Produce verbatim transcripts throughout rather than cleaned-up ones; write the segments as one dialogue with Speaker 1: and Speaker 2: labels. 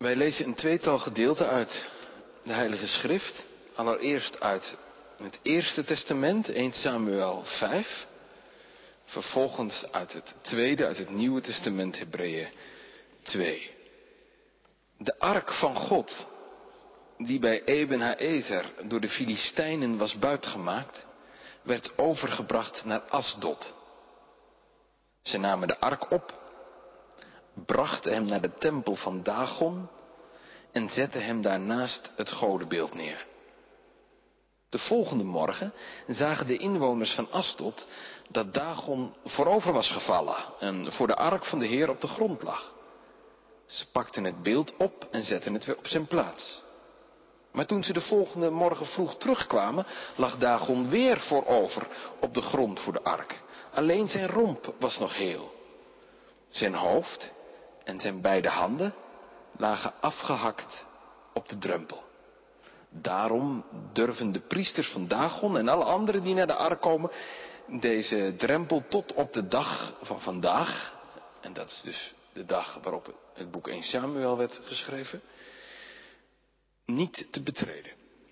Speaker 1: Wij lezen een tweetal gedeelten uit de Heilige Schrift. Allereerst uit het Eerste Testament, Eerste Samuel vijf. Vervolgens uit het Tweede, uit het Nieuwe Testament, Hebreeën twee. De ark van God, die bij Eben Haezer door de Filistijnen was buitgemaakt, werd overgebracht naar Asdod. Ze namen de ark op, brachten hem naar de tempel van Dagon en zetten hem daarnaast het godenbeeld neer. De volgende morgen zagen de inwoners van Asdod dat Dagon voorover was gevallen en voor de ark van de Heer op de grond lag. Ze pakten het beeld op en zetten het weer op zijn plaats. Maar toen ze de volgende morgen vroeg terugkwamen, lag Dagon weer voorover op de grond voor de ark. Alleen zijn romp was nog heel. Zijn hoofd en zijn beide handen lagen afgehakt op de drempel. Daarom durven de priesters van Dagon en alle anderen die naar de ark komen deze drempel tot op de dag van vandaag, en dat is dus de dag waarop het boek Eerste Samuel werd geschreven, niet te betreden.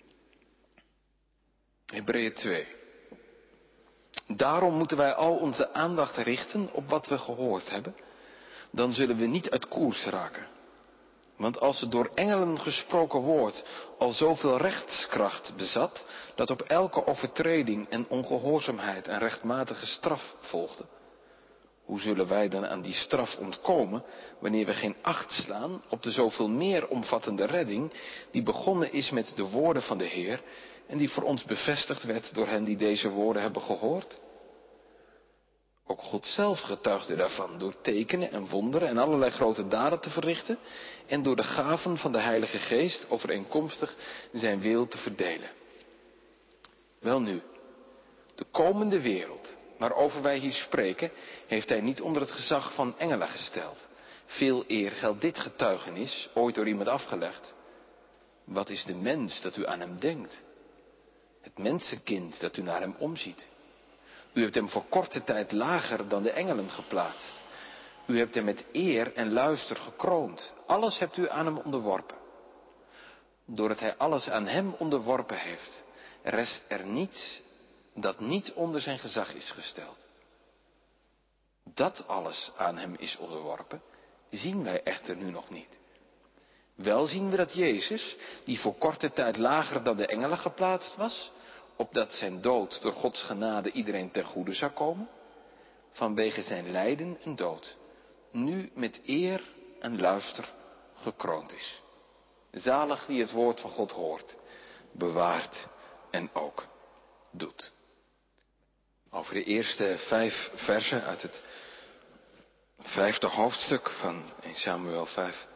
Speaker 1: Hebreeën twee. Daarom moeten wij al onze aandacht richten op wat we gehoord hebben. Dan zullen we niet uit koers raken. Want als het door engelen gesproken woord al zoveel rechtskracht bezat, dat op elke overtreding en ongehoorzaamheid een rechtmatige straf volgde, hoe zullen wij dan aan die straf ontkomen, wanneer we geen acht slaan op de zoveel meer omvattende redding, die begonnen is met de woorden van de Heer, en die voor ons bevestigd werd door hen die deze woorden hebben gehoord? Ook God zelf getuigde daarvan door tekenen en wonderen en allerlei grote daden te verrichten en door de gaven van de Heilige Geest overeenkomstig zijn wil te verdelen. Welnu, de komende wereld waarover wij hier spreken, heeft hij niet onder het gezag van engelen gesteld. Veel eer geldt dit getuigenis, ooit door iemand afgelegd. Wat is de mens dat u aan hem denkt? Het mensenkind dat u naar hem omziet. U hebt hem voor korte tijd lager dan de engelen geplaatst. U hebt hem met eer en luister gekroond. Alles hebt u aan hem onderworpen. Doordat hij alles aan hem onderworpen heeft, rest er niets dat niet onder zijn gezag is gesteld. Dat alles aan hem is onderworpen, zien wij echter nu nog niet. Wel zien we dat Jezus, die voor korte tijd lager dan de engelen geplaatst was, opdat zijn dood door Gods genade iedereen ten goede zou komen, vanwege zijn lijden en dood, nu met eer en luister gekroond is. Zalig die het woord van God hoort, bewaart en ook doet. Over de eerste vijf versen uit het vijfde hoofdstuk van Eerste Samuel vijf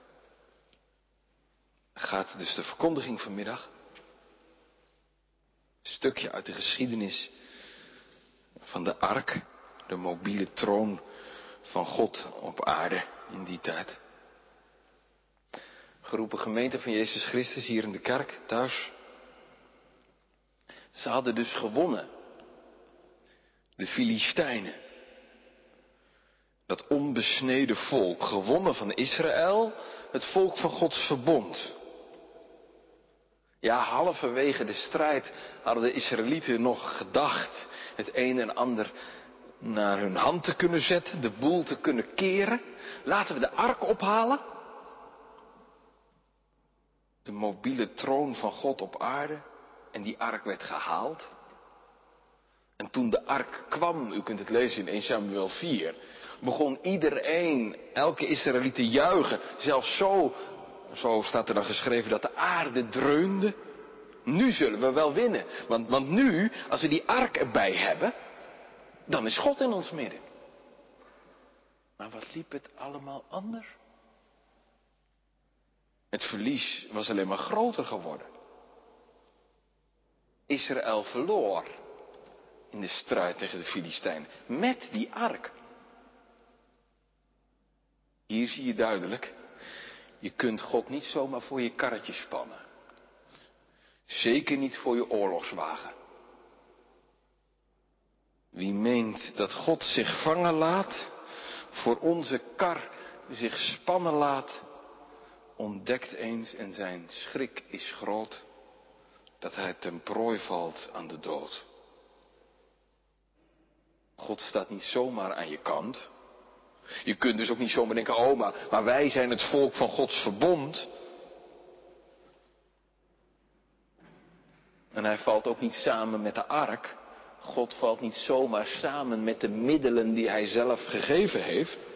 Speaker 1: gaat dus de verkondiging vanmiddag. Een stukje uit de geschiedenis van de ark, de mobiele troon van God op aarde in die tijd. Geroepen gemeente van Jezus Christus hier in de kerk, thuis. Ze hadden dus gewonnen. De Filistijnen. Dat onbesneden volk, gewonnen van Israël, het volk van Gods verbond. Ja, halverwege de strijd hadden de Israëlieten nog gedacht het een en ander naar hun hand te kunnen zetten, de boel te kunnen keren. Laten we de ark ophalen. De mobiele troon van God op aarde. En die ark werd gehaald. En toen de ark kwam, u kunt het lezen in Eerste Samuel vier, begon iedereen, elke Israëliet te juichen. Zelfs zo, zo staat er dan geschreven, dat de aarde dreunde. Nu zullen we wel winnen. Want, want nu, als we die ark erbij hebben, dan is God in ons midden. Maar wat liep het allemaal anders? Het verlies was alleen maar groter geworden. Israël verloor in de strijd tegen de Filistijnen. Met die ark. Hier zie je duidelijk. Je kunt God niet zomaar voor je karretje spannen. Zeker niet voor je oorlogswagen. Wie meent dat God zich vangen laat, voor onze kar zich spannen laat, ontdekt eens en zijn schrik is groot dat hij ten prooi valt aan de dood. God staat niet zomaar aan je kant. Je kunt dus ook niet zomaar denken, oh, maar, maar wij zijn het volk van Gods verbond. En hij valt ook niet samen met de ark. God valt niet zomaar samen met de middelen die hij zelf gegeven heeft.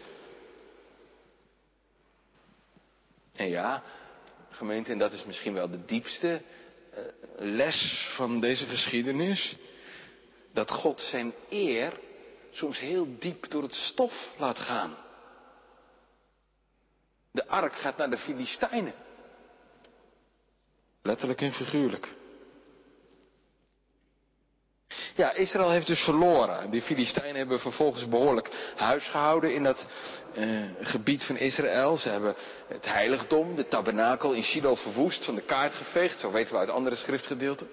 Speaker 1: En ja, gemeente, en dat is misschien wel de diepste uh, les van deze geschiedenis. Dat God zijn eer soms heel diep door het stof laat gaan. De ark gaat naar de Filistijnen. Letterlijk en figuurlijk. Ja, Israël heeft dus verloren. Die Filistijnen hebben vervolgens behoorlijk huisgehouden in dat uh, gebied van Israël. Ze hebben het heiligdom, de tabernakel in Shiloh verwoest, van de kaart geveegd. Zo weten we uit andere schriftgedeelten.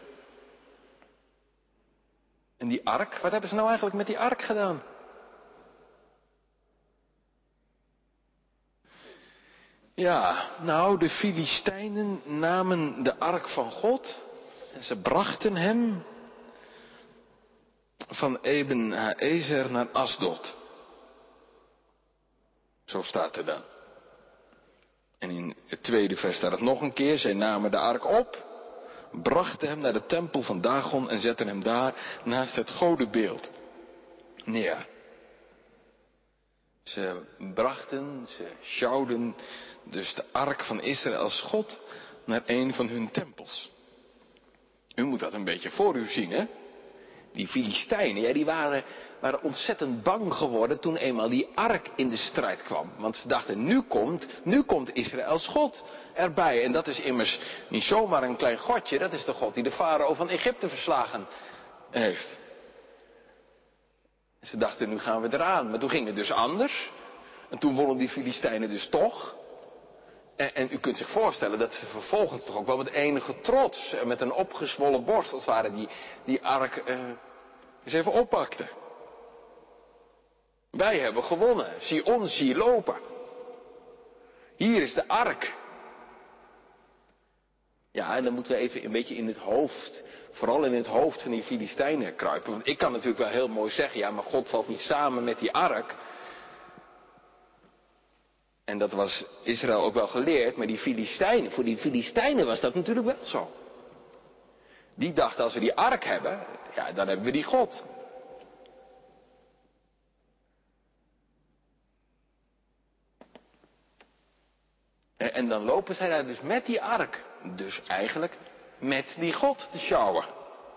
Speaker 1: En die ark, wat hebben ze nou eigenlijk met die ark gedaan? Ja, nou, de Filistijnen namen de ark van God en ze brachten hem van Eben Haezer naar Asdod. Zo staat er dan. En in het tweede vers staat het nog een keer. Zij namen de ark op, brachten hem naar de tempel van Dagon en zetten hem daar naast het godenbeeld neer. Ze brachten, ze sjouwden dus de ark van Israëls God naar een van hun tempels. U moet dat een beetje voor u zien, hè? Die Filistijnen, ja, die waren, waren ontzettend bang geworden toen eenmaal die ark in de strijd kwam. Want ze dachten, nu komt, nu komt Israëls God erbij. En dat is immers niet zomaar een klein godje, dat is de God die de farao van Egypte verslagen heeft. Ze dachten, nu gaan we eraan. Maar toen ging het dus anders. En toen wonnen die Filistijnen dus toch. En, en u kunt zich voorstellen dat ze vervolgens toch ook wel met enige trots en met een opgezwollen borst, als het ware, die, die ark uh, eens even oppakten. Wij hebben gewonnen. Zie ons hier lopen. Hier is de ark. Ja, en dan moeten we even een beetje in het hoofd, vooral in het hoofd van die Filistijnen kruipen. Want ik kan natuurlijk wel heel mooi zeggen, ja, maar God valt niet samen met die ark. En dat was Israël ook wel geleerd, maar die Filistijnen, voor die Filistijnen was dat natuurlijk wel zo. Die dachten, als we die ark hebben, ja, dan hebben we die God. En, en dan lopen zij daar dus met die ark, dus eigenlijk met die God te sjouwen.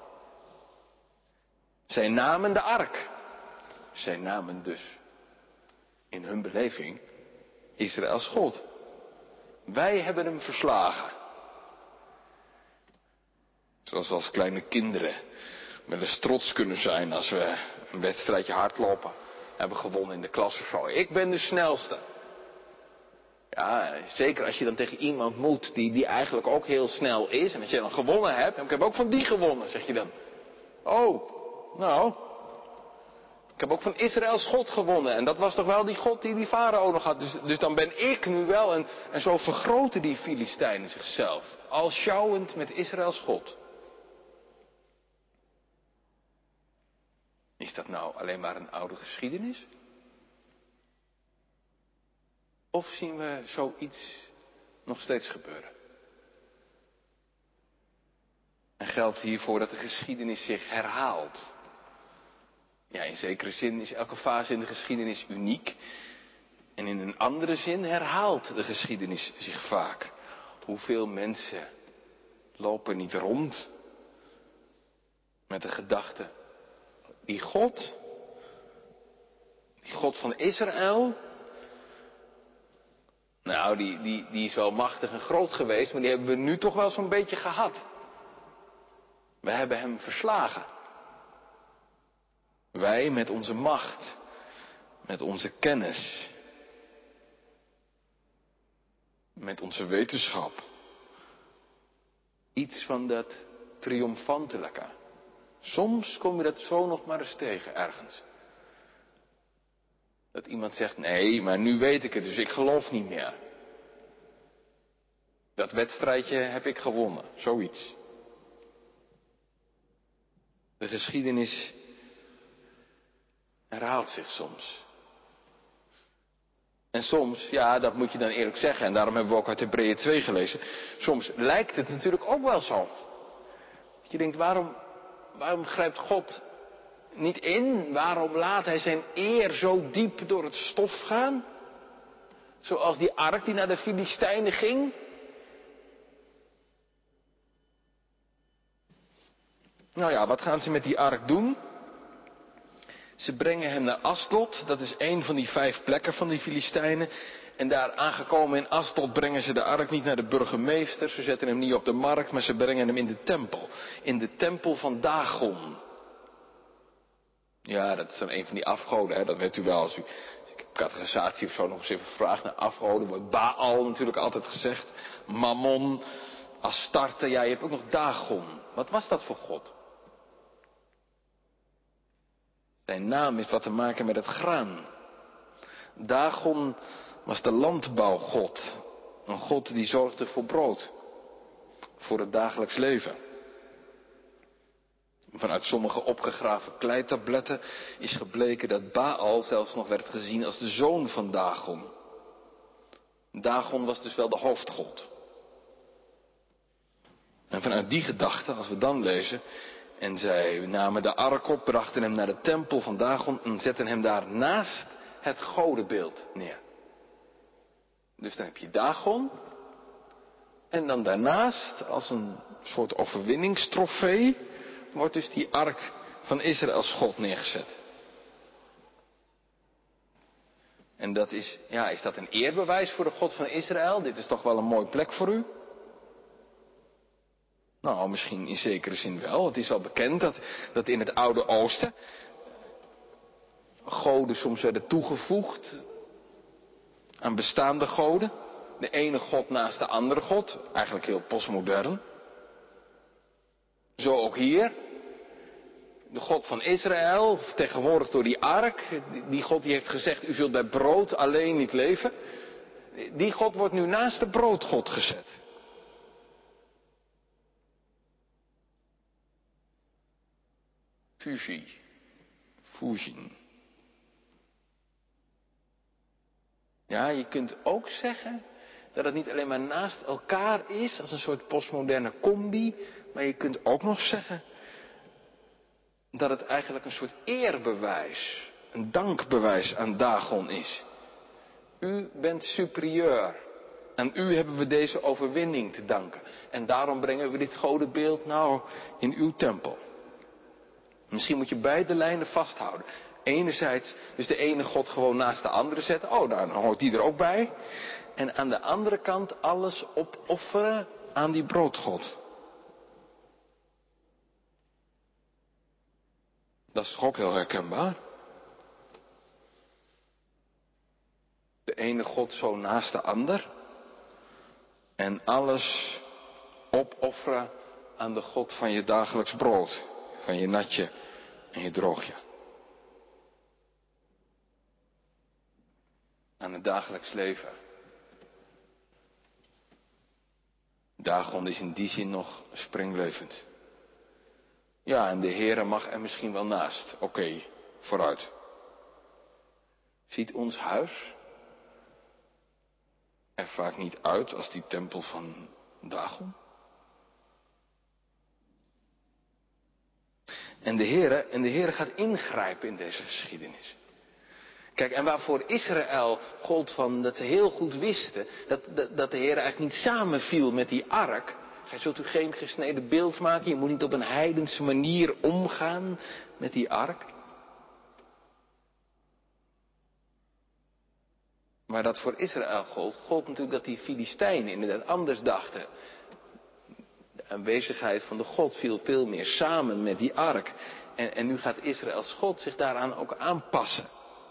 Speaker 1: Zij namen de ark. Zij namen dus in hun beleving Israëls God. Wij hebben hem verslagen. Zoals we als kleine kinderen wel eens trots kunnen zijn als we een wedstrijdje hardlopen hebben gewonnen in de klas of zo. Ik ben de snelste. Ja, zeker als je dan tegen iemand moet die, die eigenlijk ook heel snel is. En als je dan gewonnen hebt, ik heb ook van die gewonnen, zeg je dan. Oh, nou, ik heb ook van Israëls God gewonnen. En dat was toch wel die God die die farao nog had. Dus, dus dan ben ik nu wel. En, en zo vergroten die Filistijnen zichzelf. Al sjouwend met Israëls God. Is dat nou alleen maar een oude geschiedenis? Of zien we zoiets nog steeds gebeuren? En geldt hiervoor dat de geschiedenis zich herhaalt. Ja, in zekere zin is elke fase in de geschiedenis uniek. En in een andere zin herhaalt de geschiedenis zich vaak. Hoeveel mensen lopen niet rond met de gedachte, die God, die God van Israël, nou, die, die, die is wel machtig en groot geweest, maar die hebben we nu toch wel zo'n beetje gehad. We hebben hem verslagen. Wij met onze macht, met onze kennis, met onze wetenschap. Iets van dat triomfantelijke. Soms kom je dat zo nog maar eens tegen ergens. Dat iemand zegt, nee, maar nu weet ik het, dus ik geloof niet meer. Dat wedstrijdje heb ik gewonnen, zoiets. De geschiedenis herhaalt zich soms. En soms, ja, dat moet je dan eerlijk zeggen, en daarom hebben we ook uit Hebreeën twee gelezen. Soms lijkt het natuurlijk ook wel zo. Dat je denkt, waarom, waarom grijpt God niet in? Waarom laat hij zijn eer zo diep door het stof gaan? Zoals die ark die naar de Filistijnen ging. Nou ja, wat gaan ze met die ark doen? Ze brengen hem naar Asdod, dat is één van die vijf plekken van die Filistijnen. En daar aangekomen in Asdod brengen ze de ark niet naar de burgemeester, ze zetten hem niet op de markt, maar ze brengen hem in de tempel. In de tempel van Dagon. Ja, dat is dan een van die afgoden, hè? Dat weet u wel. Als u catechisatie of zo nog eens even vraagt naar afgoden, wordt Baal natuurlijk altijd gezegd. Mammon, Astarte, ja, je hebt ook nog Dagon. Wat was dat voor God? Zijn naam heeft wat te maken met het graan. Dagon was de landbouwgod. Een god die zorgde voor brood. Voor het dagelijks leven. Vanuit sommige opgegraven kleitabletten is gebleken dat Baal zelfs nog werd gezien als de zoon van Dagon. Dagon was dus wel de hoofdgod. En vanuit die gedachte, als we dan lezen, en zij namen de ark op, brachten hem naar de tempel van Dagon en zetten hem daar naast het godenbeeld neer. Dus dan heb je Dagon. En dan daarnaast, als een soort overwinningstrofee, wordt dus die ark van Israëls God neergezet. En dat is, ja, is dat een eerbewijs voor de God van Israël? Dit is toch wel een mooie plek voor u? Nou, misschien in zekere zin wel. Het is al bekend dat, dat in het Oude Oosten goden soms werden toegevoegd aan bestaande goden. De ene god naast de andere god. Eigenlijk heel postmodern. Zo ook hier. De God van Israël, vertegenwoordigd door die ark. Die God die heeft gezegd, u zult bij brood alleen niet leven. Die God wordt nu naast de broodgod gezet. Fusie. Fusien. Ja, je kunt ook zeggen dat het niet alleen maar naast elkaar is, als een soort postmoderne combi. Maar je kunt ook nog zeggen dat het eigenlijk een soort eerbewijs, een dankbewijs aan Dagon is. U bent superieur. Aan u hebben we deze overwinning te danken. En daarom brengen we dit godenbeeld nou in uw tempel. Misschien moet je beide lijnen vasthouden. Enerzijds dus de ene God gewoon naast de andere zetten. Oh, dan hoort die er ook bij. En aan de andere kant alles opofferen aan die broodgod. Dat is toch ook heel herkenbaar? De ene God zo naast de ander. En alles opofferen aan de God van je dagelijks brood. Van je natje en je droogje. Aan het dagelijks leven. Dagon is in die zin nog springlevend. Ja, en de Heere mag er misschien wel naast. Oké, okay, vooruit. Ziet ons huis er vaak niet uit als die tempel van Dagon? En de Heere, en de Heere gaat ingrijpen in deze geschiedenis. Kijk, en waarvoor Israël gold van dat ze heel goed wisten, dat, dat, dat de Heere eigenlijk niet samenviel met die ark. Gij zult u geen gesneden beeld maken, je moet niet op een heidense manier omgaan met die ark. Maar dat voor Israël gold, gold natuurlijk dat die Filistijnen inderdaad anders dachten. De aanwezigheid van de God viel veel meer samen met die ark. En, en nu gaat Israëls God zich daaraan ook aanpassen.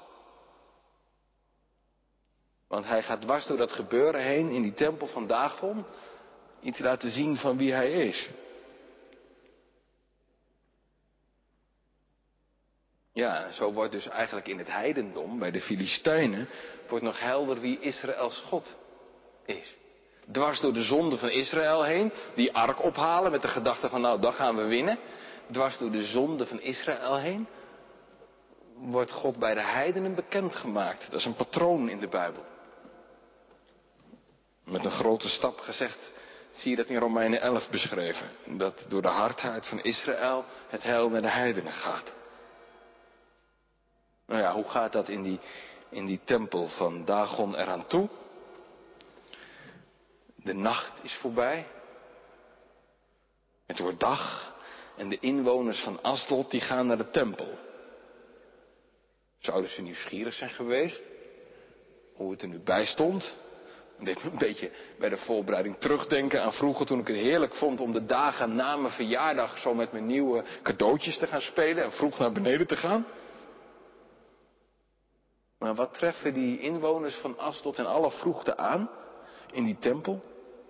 Speaker 1: Want hij gaat dwars door dat gebeuren heen in die tempel van Dagon iets laten zien van wie hij is. Ja, zo wordt dus eigenlijk in het heidendom, bij de Filistijnen, wordt nog helder wie Israëls God is. Dwars door de zonde van Israël heen. Die ark ophalen met de gedachte van nou, dan gaan we winnen. Dwars door de zonde van Israël heen. Wordt God bij de heidenen bekendgemaakt. Dat is een patroon in de Bijbel. Met een grote stap gezegd, zie je dat in Romeinen elf beschreven. Dat door de hardheid van Israël het heil naar de heidenen gaat. Nou ja, hoe gaat dat in die, in die tempel van Dagon eraan toe? De nacht is voorbij. Het wordt dag. En de inwoners van Asdod die gaan naar de tempel. Zouden ze nieuwsgierig zijn geweest? Hoe het er nu bij stond? Dat deed me een beetje bij de voorbereiding terugdenken aan vroeger toen ik het heerlijk vond om de dagen na mijn verjaardag zo met mijn nieuwe cadeautjes te gaan spelen en vroeg naar beneden te gaan. Maar wat treffen die inwoners van Asdod in alle vroegte aan in die tempel?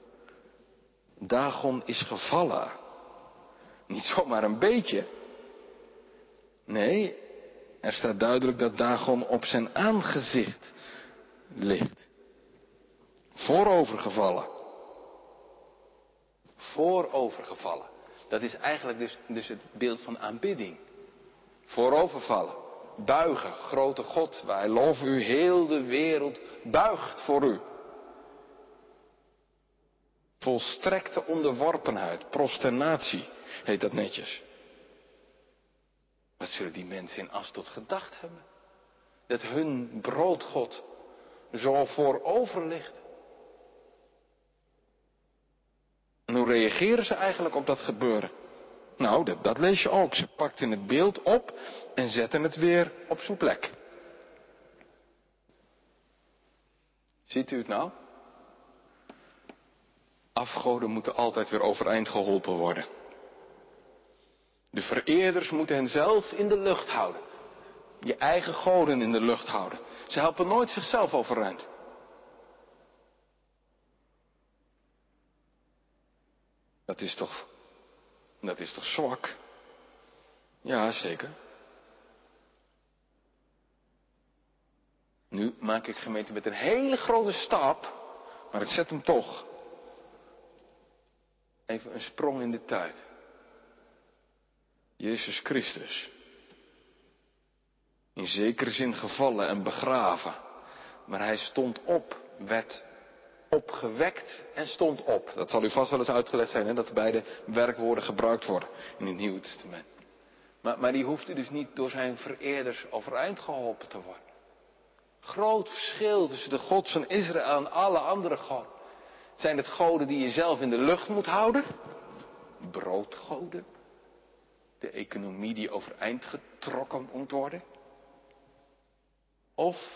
Speaker 1: Dagon is gevallen. Niet zomaar een beetje. Nee, er staat duidelijk dat Dagon op zijn aangezicht ligt. Voorovergevallen. Voorovergevallen. Dat is eigenlijk dus, dus het beeld van aanbidding. Voorovervallen. Buigen, grote God, wij loven u, heel de wereld buigt voor u. Volstrekte onderworpenheid, prosternatie heet dat netjes. Wat zullen die mensen in Asdod gedacht hebben? Dat hun broodgod zo voorover ligt. En hoe reageren ze eigenlijk op dat gebeuren? Nou, dat, dat lees je ook. Ze pakten het beeld op en zetten het weer op zijn plek. Ziet u het nou? Afgoden moeten altijd weer overeind geholpen worden. De vereerders moeten hen zelf in de lucht houden. Je eigen goden in de lucht houden. Ze helpen nooit zichzelf overeind. Dat is toch, dat is toch zwak? Ja, zeker. Nu maak ik gemeente met een hele grote stap, maar ik zet hem toch. Even een sprong in de tijd. Jezus Christus. In zekere zin gevallen en begraven. Maar hij stond op, werd opgewekt en stond op. Dat zal u vast wel eens uitgelegd zijn, hè, dat beide werkwoorden gebruikt worden in het Nieuwe Testament. Maar, maar die hoefde dus niet door zijn vereerders overeind geholpen te worden. Groot verschil tussen de God van Israël en alle andere goden. Zijn het goden die je zelf in de lucht moet houden? Broodgoden? De economie die overeind getrokken moet worden? Of,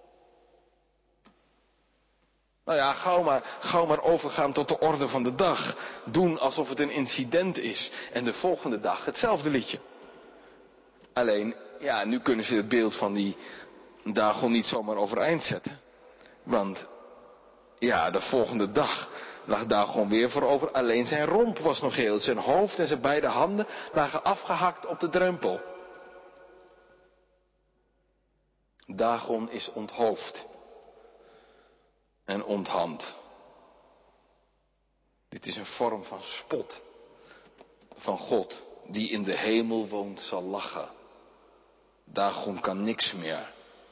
Speaker 1: nou ja, gauw maar, gauw maar overgaan tot de orde van de dag. Doen alsof het een incident is. En de volgende dag hetzelfde liedje. Alleen, ja, nu kunnen ze het beeld van die Dagon niet zomaar overeind zetten. Want, ja, de volgende dag lag Dagon weer voorover. Alleen zijn romp was nog heel. Zijn hoofd en zijn beide handen lagen afgehakt op de drempel. Dagon is onthoofd. En onthand. Dit is een vorm van spot. Van God, die in de hemel woont, zal lachen. Dagon kan niks meer.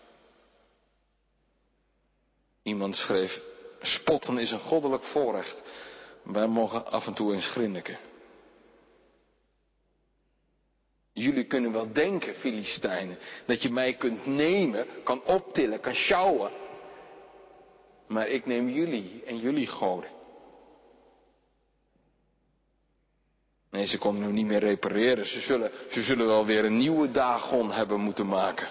Speaker 1: Iemand schreef, spotten is een goddelijk voorrecht. Wij mogen af en toe eens grinniken. Jullie kunnen wel denken, Filistijnen, dat je mij kunt nemen, kan optillen, kan sjouwen. Maar ik neem jullie en jullie goden. Nee, ze konden nu niet meer repareren. Ze zullen, ze zullen wel weer een nieuwe Dagon hebben moeten maken.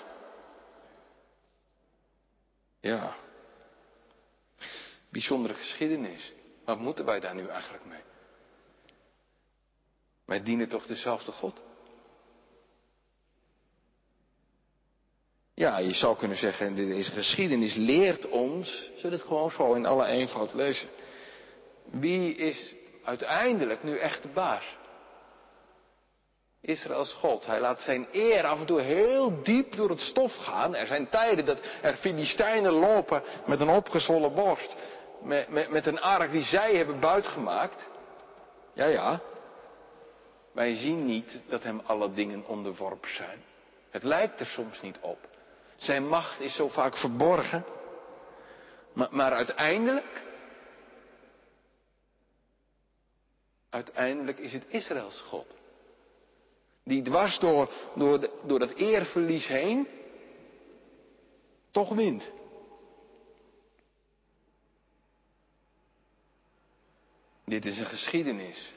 Speaker 1: Ja. Bijzondere geschiedenis. Wat moeten wij daar nu eigenlijk mee? Wij dienen toch dezelfde God? Ja, je zou kunnen zeggen, deze geschiedenis leert ons, zullen het gewoon zo in alle eenvoud lezen. Wie is uiteindelijk nu echt de baas? Israëls God. Hij laat zijn eer af en toe heel diep door het stof gaan. Er zijn tijden dat er Filistijnen lopen met een opgezwollen borst. met, met, met een ark die zij hebben buitgemaakt. Ja, ja. Wij zien niet dat hem alle dingen onderworpen zijn. Het lijkt er soms niet op. Zijn macht is zo vaak verborgen. Maar, maar uiteindelijk... Uiteindelijk is het Israëls God. Die dwars door, door, de, door dat eerverlies heen... toch wint. Dit is een geschiedenis.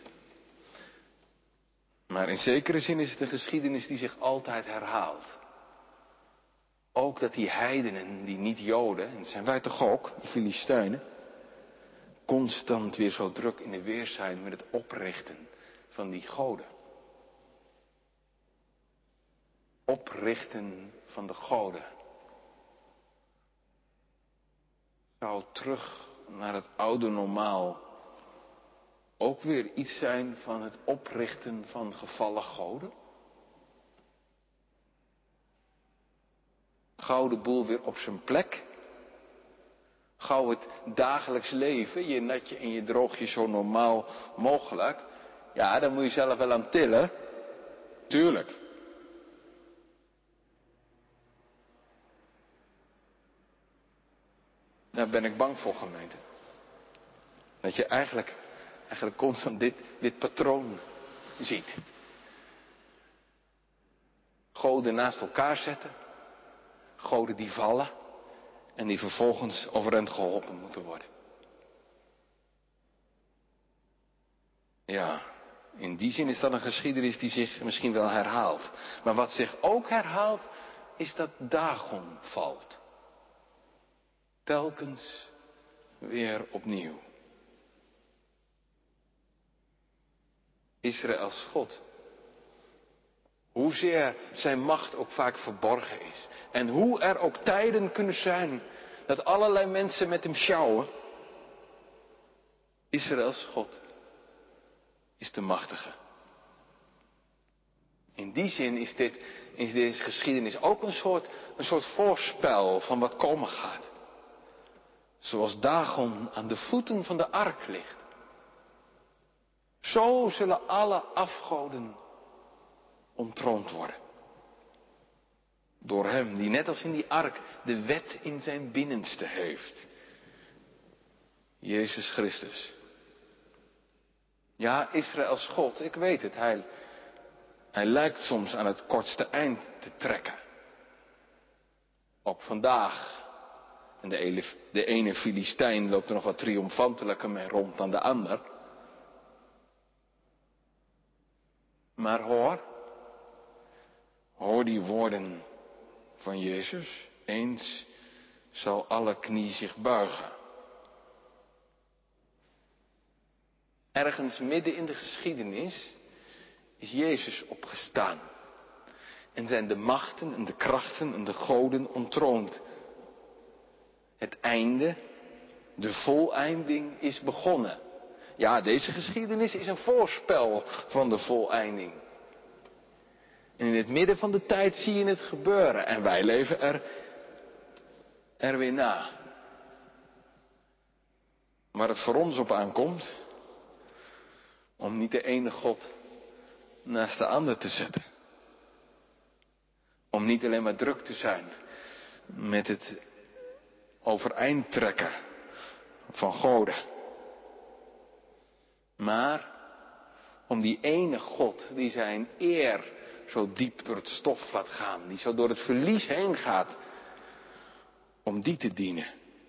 Speaker 1: Maar in zekere zin is het een geschiedenis die zich altijd herhaalt. Ook dat die heidenen, die niet-Joden, en dat zijn wij toch ook, die Filistijnen, constant weer zo druk in de weer zijn met het oprichten van die goden. Oprichten van de goden. Zou terug naar het oude normaal ook weer iets zijn van het oprichten van gevallen goden? Gauw de boel weer op zijn plek. Gauw het dagelijks leven, je natje en je droogje zo normaal mogelijk. Ja, daar moet je zelf wel aan tillen. Tuurlijk. Daar ben ik bang voor, gemeente. Dat je eigenlijk, eigenlijk constant dit, dit patroon ziet. Goden naast elkaar zetten. Goden die vallen. En die vervolgens overeind geholpen moeten worden. Ja, in die zin is dat een geschiedenis die zich misschien wel herhaalt. Maar wat zich ook herhaalt, is dat Dagon valt. Telkens weer opnieuw. Israëls God. Hoezeer zijn macht ook vaak verborgen is. En hoe er ook tijden kunnen zijn dat allerlei mensen met hem sjouwen. Israëls God is de machtige. In die zin is dit, is deze geschiedenis ook een soort, een soort voorspel van wat komen gaat. Zoals Dagon aan de voeten van de ark ligt. Zo zullen alle afgoden ontroond worden. Door hem die net als in die ark de wet in zijn binnenste heeft. Jezus Christus. Ja, Israëls God, ik weet het, hij, hij lijkt soms aan het kortste eind te trekken. Ook vandaag. En de ene, de ene Filistijn loopt er nog wat triomfantelijker mee rond dan de ander. Maar hoor, hoor die woorden van Jezus. Eens zal alle knie zich buigen. Ergens midden in de geschiedenis is Jezus opgestaan. En zijn de machten en de krachten en de goden ontroond. Het einde, de voleinding is begonnen. Ja, deze geschiedenis is een voorspel van de voleinding. En in het midden van de tijd zie je het gebeuren. En wij leven er, er weer na. Waar het voor ons op aankomt, om niet de ene God naast de ander te zetten. Om niet alleen maar druk te zijn met het overeind trekken van goden. Maar om die ene God die zijn eer zo diep door het stof laat gaan. Die zo door het verlies heen gaat. Om die te dienen.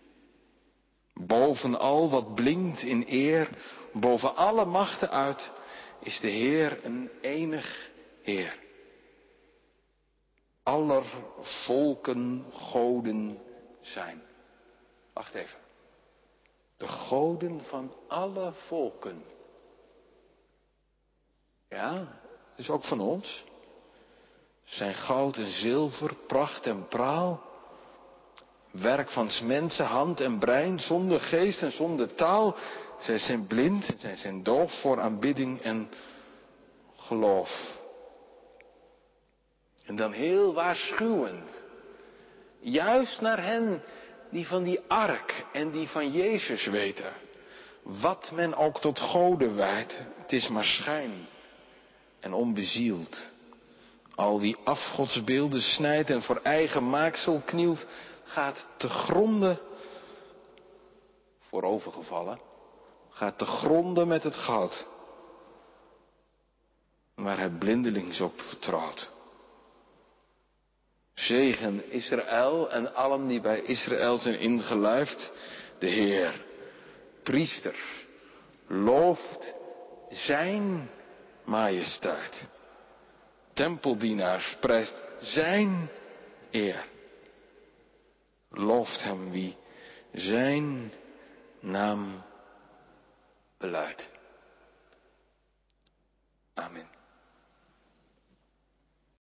Speaker 1: Boven al wat blinkt in eer. Boven alle machten uit. Is de Heer een enig Heer. Aller volken goden zijn. Wacht even. De goden van alle volken. Ja, is ook van ons. Zijn goud en zilver, pracht en praal. Werk van 's mensen hand en brein, zonder geest en zonder taal. Zij zijn blind en zij zijn doof voor aanbidding en geloof. En dan heel waarschuwend. Juist naar hen die van die ark en die van Jezus weten. Wat men ook tot Gode wijdt, het is maar schijn en onbezield. Al wie afgodsbeelden snijdt en voor eigen maaksel knielt, gaat te gronde, voorovergevallen, gaat te gronde met het goud, waar hij blindelings op vertrouwt. Zegen Israël en allen die bij Israël zijn ingelijfd. De Heer, priester, looft zijn majesteit. Tempeldienaars prijst zijn eer. Looft hem wie zijn naam beluidt. Amen.